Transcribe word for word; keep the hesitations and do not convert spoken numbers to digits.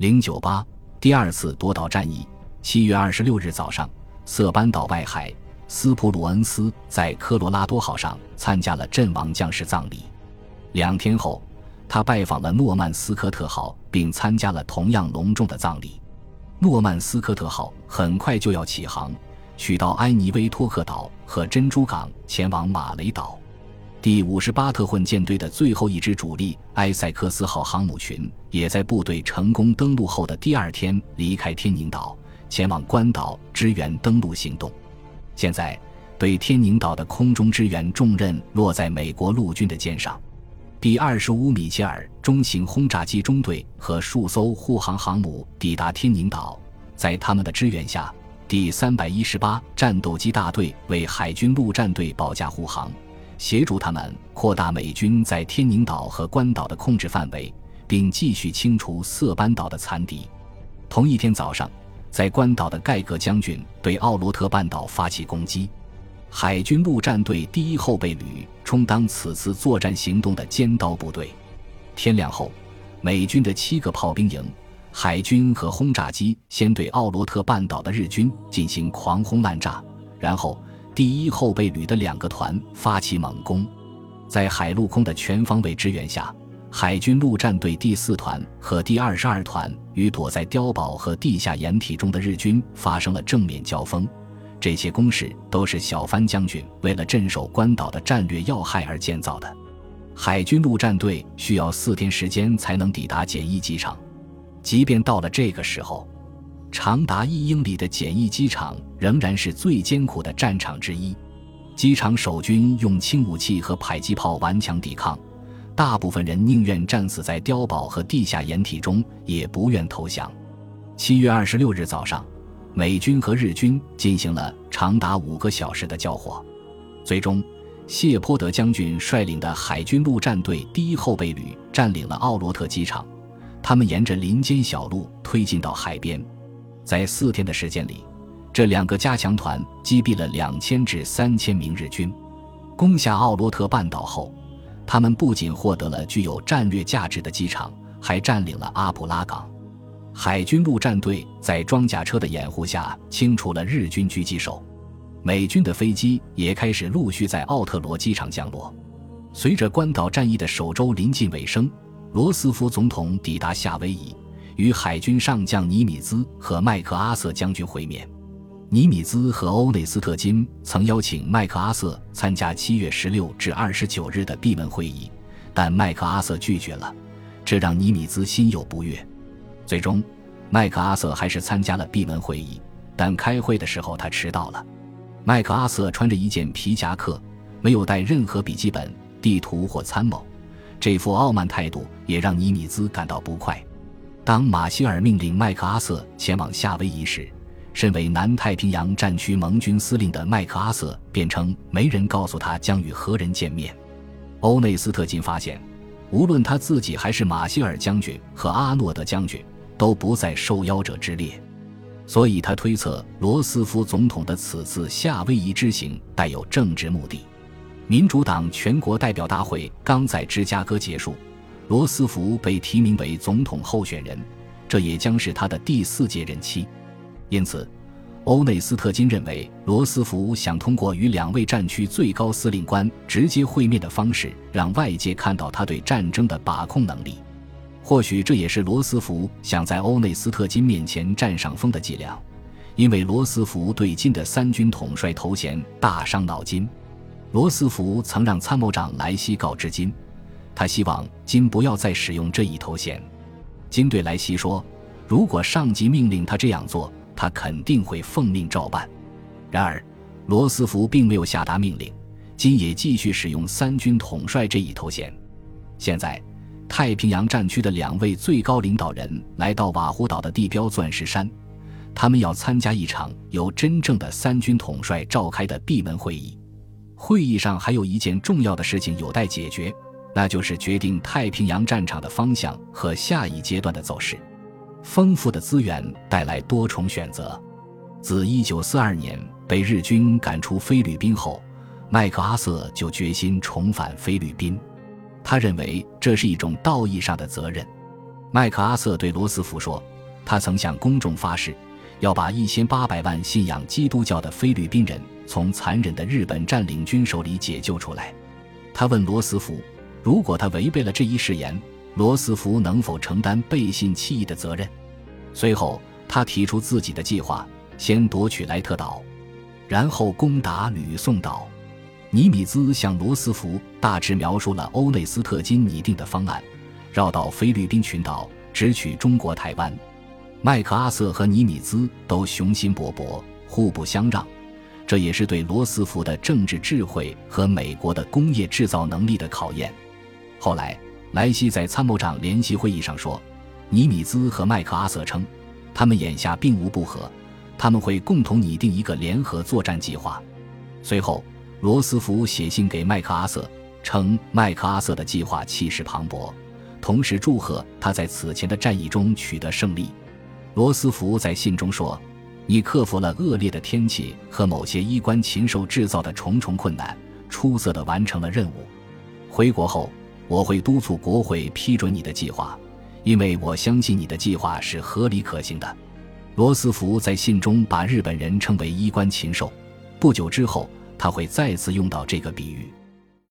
零九八第二次夺岛战役，七月二十六日早上，塞班岛外海，斯普鲁恩斯在科罗拉多号上参加了阵亡将士葬礼。两天后，他拜访了诺曼斯科特号，并参加了同样隆重的葬礼。诺曼斯科特号很快就要起航，取到埃尼威托克岛和珍珠港，前往马雷岛。第五十八特混舰队的最后一支主力埃塞克斯号航母群也在部队成功登陆后的第二天离开天宁岛，前往关岛支援登陆行动。现在对天宁岛的空中支援重任落在美国陆军的肩上。第二十五米切尔中型轰炸机中队和数艘护航航母抵达天宁岛，在他们的支援下，第三百一十八战斗机大队为海军陆战队保驾护航，协助他们扩大美军在天宁岛和关岛的控制范围，并继续清除塞班岛的残敌。同一天早上，在关岛的盖格将军对奥罗特半岛发起攻击，海军陆战队第一后备旅充当此次作战行动的尖刀部队。天亮后，美军的七个炮兵营、海军和轰炸机先对奥罗特半岛的日军进行狂轰滥炸，然后第一后备旅的两个团发起猛攻。在海陆空的全方位支援下，海军陆战队第四团和第二十二团与躲在碉堡和地下掩体中的日军发生了正面交锋。这些攻势都是小帆将军为了镇守关岛的战略要害而建造的。海军陆战队需要四天时间才能抵达简易机场，即便到了这个时候，长达一英里的简易机场仍然是最艰苦的战场之一。机场守军用轻武器和迫击炮顽强抵抗，大部分人宁愿战死在碉堡和地下掩体中，也不愿投降。七月二十六日早上，美军和日军进行了长达五个小时的交火，最终谢泼德将军率领的海军陆战队第一后备旅占领了奥罗特机场，他们沿着林间小路推进到海边。在四天的时间里，这两个加强团击毙了两千至三千名日军。攻下奥罗特半岛后，他们不仅获得了具有战略价值的机场，还占领了阿普拉港。海军陆战队在装甲车的掩护下清除了日军狙击手，美军的飞机也开始陆续在奥特罗机场降落。随着关岛战役的首周临近尾声，罗斯福总统抵达夏威夷，与海军上将尼米兹和麦克阿瑟将军会面。尼米兹和欧内斯特金曾邀请麦克阿瑟参加七月十六至二十九日的闭门会议，但麦克阿瑟拒绝了，这让尼米兹心有不悦。最终，麦克阿瑟还是参加了闭门会议，但开会的时候他迟到了。麦克阿瑟穿着一件皮夹克，没有带任何笔记本、地图或参谋，这副傲慢态度也让尼米兹感到不快。当马歇尔命令麦克阿瑟前往夏威夷时，身为南太平洋战区盟军司令的麦克阿瑟辩称没人告诉他将与何人见面。欧内斯特金发现，无论他自己还是马歇尔将军和阿诺德将军都不在受邀者之列，所以他推测罗斯福总统的此次夏威夷之行带有政治目的。民主党全国代表大会刚在芝加哥结束，罗斯福被提名为总统候选人，这也将是他的第四届任期。因此，欧内斯特金认为罗斯福想通过与两位战区最高司令官直接会面的方式，让外界看到他对战争的把控能力。或许这也是罗斯福想在欧内斯特金面前占上风的伎俩，因为罗斯福对金的三军统帅头衔大伤脑筋。罗斯福曾让参谋长莱西告知金，他希望金不要再使用这一头衔。金对莱西说，如果上级命令他这样做，他肯定会奉命照办。然而罗斯福并没有下达命令，金也继续使用三军统帅这一头衔。现在太平洋战区的两位最高领导人来到瓦胡岛的地标钻石山，他们要参加一场由真正的三军统帅召开的闭门会议。会议上还有一件重要的事情有待解决，那就是决定太平洋战场的方向和下一阶段的走势。丰富的资源带来多重选择。自一九四二年被日军赶出菲律宾后，麦克阿瑟就决心重返菲律宾。他认为这是一种道义上的责任。麦克阿瑟对罗斯福说， 他曾向公众发誓，要把一千八百万信仰基督教的菲律宾人从残忍的日本占领军手里解救出来。他问罗斯福，如果他违背了这一誓言，罗斯福能否承担背信弃义的责任？随后他提出自己的计划，先夺取莱特岛，然后攻打吕宋岛。尼米兹向罗斯福大致描述了欧内斯特金拟定的方案，绕到菲律宾群岛，直取中国台湾。麦克阿瑟和尼米兹都雄心勃勃，互不相让，这也是对罗斯福的政治智慧和美国的工业制造能力的考验。后来莱西在参谋长联席会议上说，尼米兹和麦克阿瑟称，他们眼下并无不和，他们会共同拟定一个联合作战计划。随后罗斯福写信给麦克阿瑟，称麦克阿瑟的计划气势磅礴，同时祝贺他在此前的战役中取得胜利。罗斯福在信中说，你克服了恶劣的天气和某些衣冠禽兽制造的重重困难，出色地完成了任务。回国后，我会督促国会批准你的计划，因为我相信你的计划是合理可行的。罗斯福在信中把日本人称为衣冠禽兽，不久之后他会再次用到这个比喻。